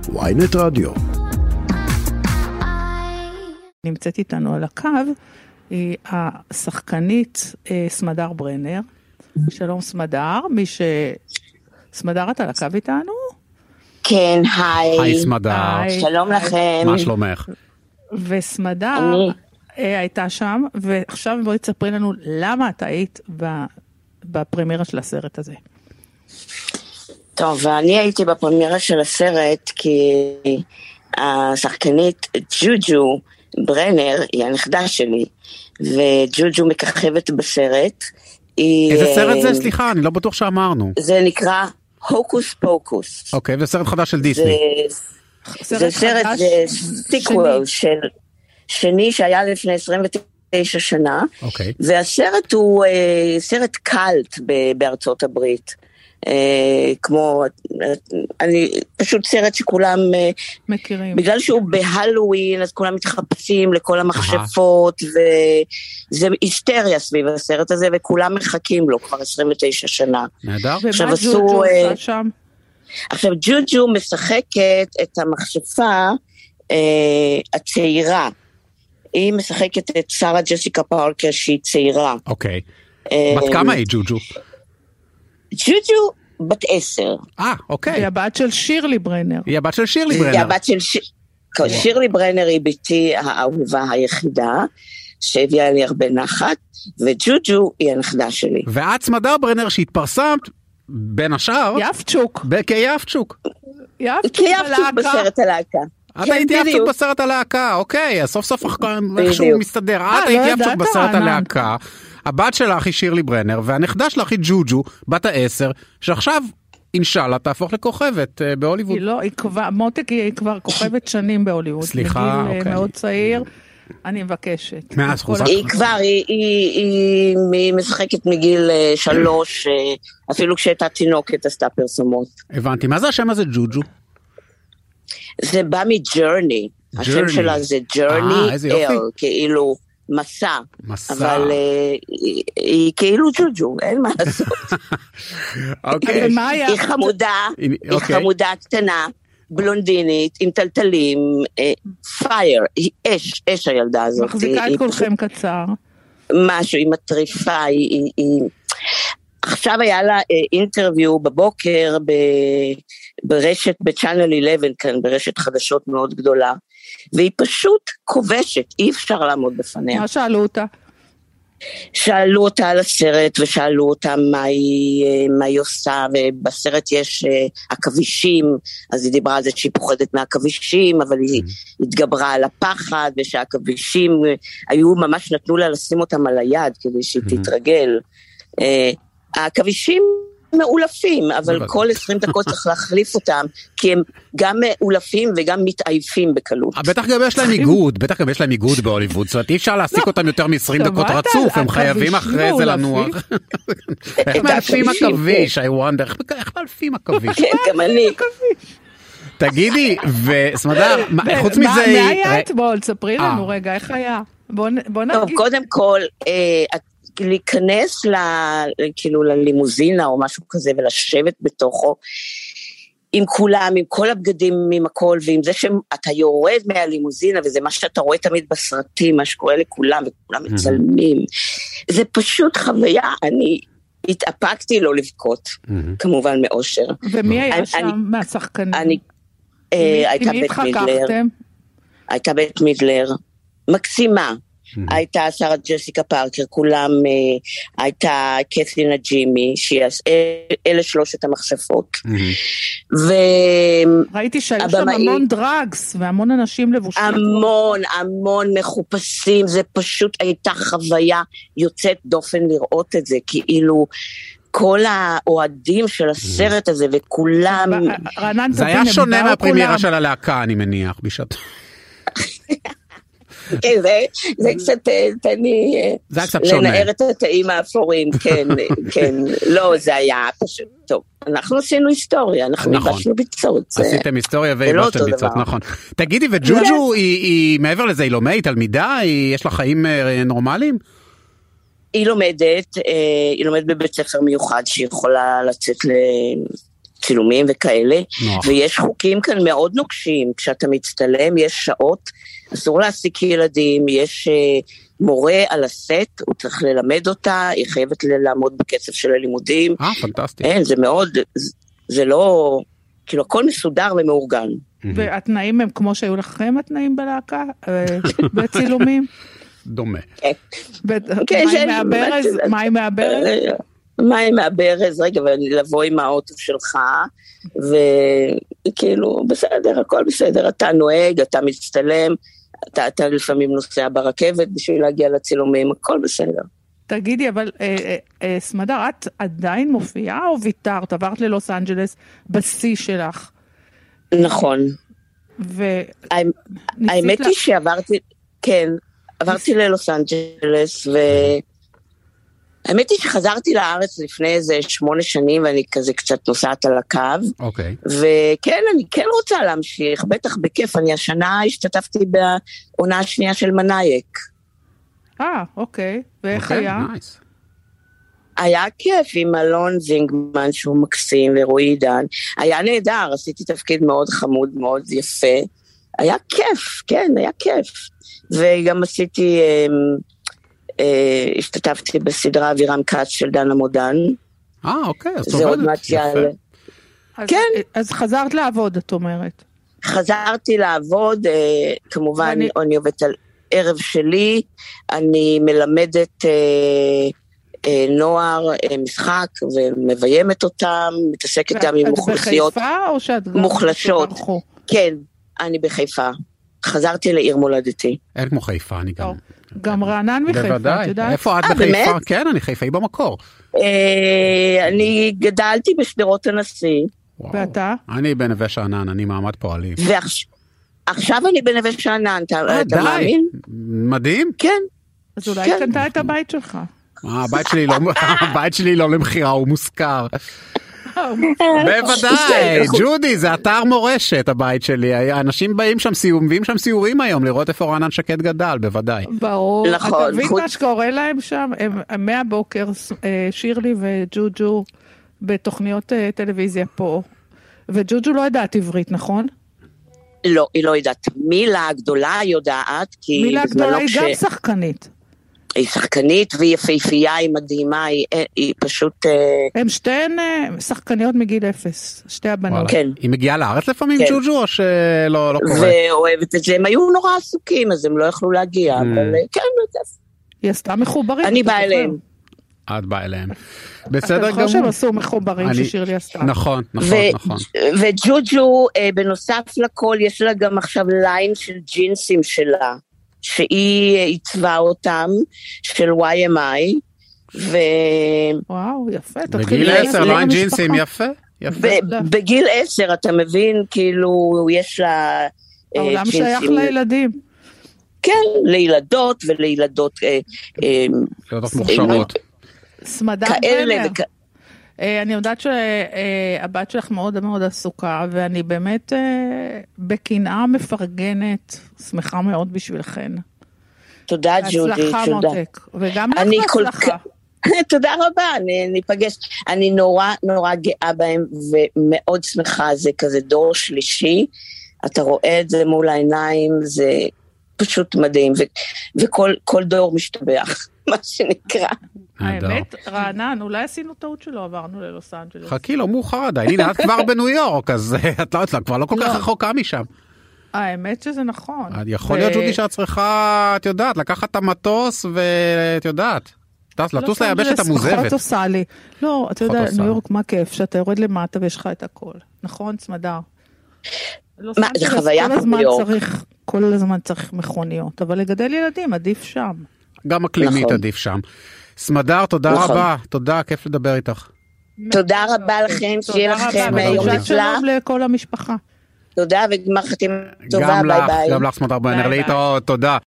ynet רדיו. נמצאת איתנו על הקו, היא השחקנית סמדר ברנר. שלום סמדר, סמדר את על הקו איתנו? כן, היי. היי סמדר. שלום לכם. מה שלומך? וסמדר הייתה שם, ועכשיו בואי תספרי לנו למה את היית בפרמיירה של הסרט הזה. טוב, ואני הייתי בפרמיירה של הסרט כי השחקנית ג'וג'ו ברנר היא הנכדה שלי, וג'וג'ו מככבת בסרט. איזה סרט זה? סליחה, אני לא בטוח שאמרנו. זה נקרא הוקוס פוקוס. אוקיי, זה סרט חדש של דיסני. זה סרט סיקוול שני שהיה לפני 29 שנה, והסרט הוא סרט קלט בארצות הברית. כמו, פשוט סרט שכולם מכירים. בגלל שהוא בהלווין, אז כולם מתחפשים לכל המכשפות, וזה היסטריה סביב הסרט הזה, וכולם מחכים לו כבר 29 שנה. נהדר. ומה ג'וג'ו עושה שם? עכשיו, ג'וג'ו משחקת את המכשפה הצעירה. היא משחקת את שרה ג'סיקה פארקר, שהיא צעירה. אוקיי. בת כמה היא ג'וג'ו? ג'וג'ו בת 10. אוקיי. היא הבת של שירלי ברנר. היא הבת של שירלי ברנר. היא הבת של שירלי ברנר, היא ביתי האהובה היחידה, שהביאה לי הרבה נחת, וג'וג'ו היא הנכדה שלי. ואת סמדר ברנר שהתפרסמת, בין השאר... יפצ'וק. כיפצ'וק. כיפצ'וק בסרט הלהקה. את היית יפצ'וק בסרט הלהקה, אוקיי, אז סוף סוף איכשהו מסתדר. את היית יפצ'וק בסרט הלהקה. הבת שלך היא שירלי ברנר, והנכדה שלך היא ג'וג'ו, בת 10, שעכשיו, אינשאללה, תהפוך לכוכבת בהוליווד. היא לא, מותק היא כבר כוכבת שנים בהוליווד. סליחה, אוקיי. מגיל מאוד צעיר, אני מבקשת. היא כבר, היא משחקת מגיל 3, אפילו כשהייתה תינוקת עשתה פרסומות. הבנתי, מה זה השם הזה ג'וג'ו? זה בא מג'רני, השם שלה זה ג'רני אל, כאילו מסע, אבל היא כאילו ג'וג'ו, אין מה לעשות. היא חמודה קטנה, בלונדינית, עם טלטלים, פייר, היא אש הילדה הזאת. מחזיקה את כולכם קצר. משהו, היא מטריפה, עכשיו היה לה אינטרוויו בבוקר ברשת, בצ'אנל 11 כאן, ברשת חדשות מאוד גדולה, והיא פשוט כובשת, אי אפשר לעמוד בפניה. מה שאלו אותה? שאלו אותה על הסרט, ושאלו אותה מה היא עושה, ובסרט יש הכבישים, אז היא דיברה על זה שהיא פוחדת מהכבישים, אבל היא התגברה על הפחד, ושהכבישים היו ממש נתנו לה לשים אותם על היד, כדי שהיא תתרגל. הכבישים מאולפים, אבל כל 20 דקות צריך להחליף אותם, כי הם גם מאולפים וגם מתעייפים בקלות. בטח גם יש להם איגוד בהוליווד, זאת אומרת, אי אפשר להעסיק אותם יותר מ-20 דקות רצוף, הם חייבים אחרי זה לנוח. איך מאלפים עכביש, I wonder, איך מאלפים עכביש? כן, גם אני. תגידי, וסמדר, חוץ מזה... מה היה אתמול? ספרי לנו רגע, איך היה? בוא נרגיש. קודם כל, להיכנס כאילו ללימוזינה או משהו כזה ולשבת בתוכו עם כולם, עם כל הבגדים, עם הכל, ועם זה שאתה יורד מהלימוזינה, וזה מה שאתה רואה תמיד בסרטים, מה שקורה לכולם, וכולם מצלמים. זה פשוט חוויה, אני התאפקתי לא לבכות, כמובן מאושר. ומי היה שם מהשחקנים? הייתה בית מידלר, מקסימה. הייתה שרה ג'סיקה פארקר, כולם, הייתה קת'לין ג'ימי, אלה שלושת המכשפות. ראיתי שהיו שם המון דרגס, והמון אנשים לבושים. המון מחופשים, זה פשוט הייתה חוויה יוצאת דופן לראות את זה, כאילו כל האוהדים של הסרט הזה, וכולם... זה היה שונה מהפרימיירה של הלהקה, אני מניח, בשעת... זה קצת, תן לי לנער את התאים האפורים, כן, לא, זה היה פשוט, טוב, אנחנו עשינו היסטוריה, אנחנו ניבשנו ביצות. עשיתם היסטוריה והיבשתם ביצות, נכון. תגידי, וג'וג'ו, היא מעבר לזה, היא לומדת, היא תלמידה, יש לה חיים נורמליים? היא לומדת בבית ספר מיוחד, שהיא יכולה לצאת צילומים וכאלה, ויש חוקים כאן מאוד נוקשים, כשאתה מצטלם יש שעות, אסור להעסיק ילדים, יש מורה על הסט, הוא צריך ללמד אותה, היא חייבת לעמוד בקצב של הלימודים. פנטסטי. אין, זה מאוד, זה לא, כאילו הכל מסודר ומאורגן. והתנאים הם כמו שהיו לכם התנאים בלהקה, בצילומים? דומה. מים מהברז? מים מהברז, רגע, ולבוא עם האוטו שלך, וכאילו, בסדר, הכל בסדר, אתה נוהג, אתה מצטלם, אתה לפעמים נוסע ברכבת בשביל להגיע לצילומים, הכל בסדר. תגידי, אבל סמדר, את עדיין מופיעה או ויתרת? עברת ללוס אנג'לס בשיא שלך? נכון. האמת היא שעברתי, כן, עברתי ללוס אנג'לס, האמת היא שחזרתי לארץ לפני איזה 8 שנים, ואני כזה קצת נוסעת על הקו. אוקיי. וכן, אני כן רוצה להמשיך, בטח בכיף. אני השנה השתתפתי בעונה השנייה של מנאייק. אוקיי. ואיך היה? היה כיף עם אלון זינגמן, שהוא מקסים, ורועי עידן. היה נהדר, עשיתי תפקיד מאוד חמוד, מאוד יפה. היה כיף, כן, היה כיף. וגם עשיתי... השתתפתי בסדרה אבירם כץ של דנה מודן. אוקיי, אז זה עוד מעט יעלה. כן. אז חזרת לעבוד, את אומרת. חזרתי לעבוד, כמובן אני עובדת על ערב שלי, אני מלמדת נוער משחק ומביימת אותם, מתעסקת גם עם אוכלוסיות מוחלשות. כן, אני בחיפה. חזרתי לעיר מולדתי. אין כמו חיפה, אני גם... גם רענן מחיפה, את יודעת? איפה את בחיפה? כן, אני חיפאי במקור. אני גדלתי בשדרות הנשיא. ואתה? אני בנווה שאנן, אני מעמד פועלים. ועכשיו אני בנווה שאנן, אתה מאמין? מדהים. כן. אז אולי קנתה את הבית שלך. הבית שלי לא למחירה, הוא מושכר. בוודאי, ג'ודי, זה אתר מורשת הבית שלי, אנשים באים שם מביאים שם סיורים היום, לראות איפה רענן שקד גדל, בוודאי. ברור, אתה מבין מה שקורה להם שם, הם מהבוקר, שירלי וג'וג'ו בתוכניות טלוויזיה פה, וג'וג'ו לא יודעת עברית, נכון? לא, היא לא יודעת. מילה הגדולה יודעת, מילה הגדולה היא גם שחקנית. היא שחקנית והיא יפהפייה, היא מדהימה, היא פשוט... הן שתיהן שחקניות מגיל 0, שתי הבנות. כן. היא מגיעה לארץ לפעמים, ג'וג'ו, או שלא קורה? ואוהבת את זה, הם היו נורא עסוקים, אז הם לא יכלו להגיע, אבל כן, היא עשתה מחוברים. אני באה אליהם. את באה אליהם. בסדר גמור. אתה חושב שהם עשו מחוברים ששירלי עשתה. נכון. וג'וג'ו, בנוסף לכל, יש לה גם עכשיו ליין של ג'ינסים שלה. שהיא עיצבה אותם, של YMI, וואו, יפה, בגיל 10, ליין ג'ינסים, יפה. בגיל 10, אתה מבין, כאילו, יש לה העולם שייך לילדים. כן, לילדות ולילדות... ילדות מוכשרות. סמדר ברנר. אני יודעת שהבת שלך מאוד מאוד עסוקה, ואני באמת בקנאה מפרגנת, שמחה מאוד בשבילכן. תודה ג'ודי, תודה. הצלחה מותק, וגם לך הצלחה. תודה רבה, אני אפגש, אני נורא גאה בהם, ומאוד שמחה, זה כזה דור שלישי, אתה רואה את זה מול העיניים, זה פשוט מדהים, וכל דור משתבח. מה שנקרא. האמת, רענן, אולי עשינו טעות שלא עברנו ללוס אנג'לס. חכי, לא מאוחר עדיין. הנה, את כבר בניו יורק, אז את לא אצלה, כבר לא כל כך רחוקה משם. האמת שזה נכון. יכול להיות ג'ודי שאת צריכה, את יודעת, לקחת את המטוס ואת יודעת. לטוס ליבשת המוזבת. עושה לי. לא, אתה יודע, ניו יורק, מה כיף, שאתה יורד למטה ויש לך את הכל. נכון, סמדר? זה חוויה בניו יורק. כל הזמן צריך מכוניות, אבל לגדל ילדים עדיף שם. גם אקלימית עדיף שם. סמדר, תודה רבה. תודה, כיף לדבר איתך. תודה רבה לכם, שיהיה לכם יום נפלא. שלום לכל המשפחה. תודה וגמר חתימה טובה, ביי ביי. גם לך סמדר ברנר, להתראות, תודה.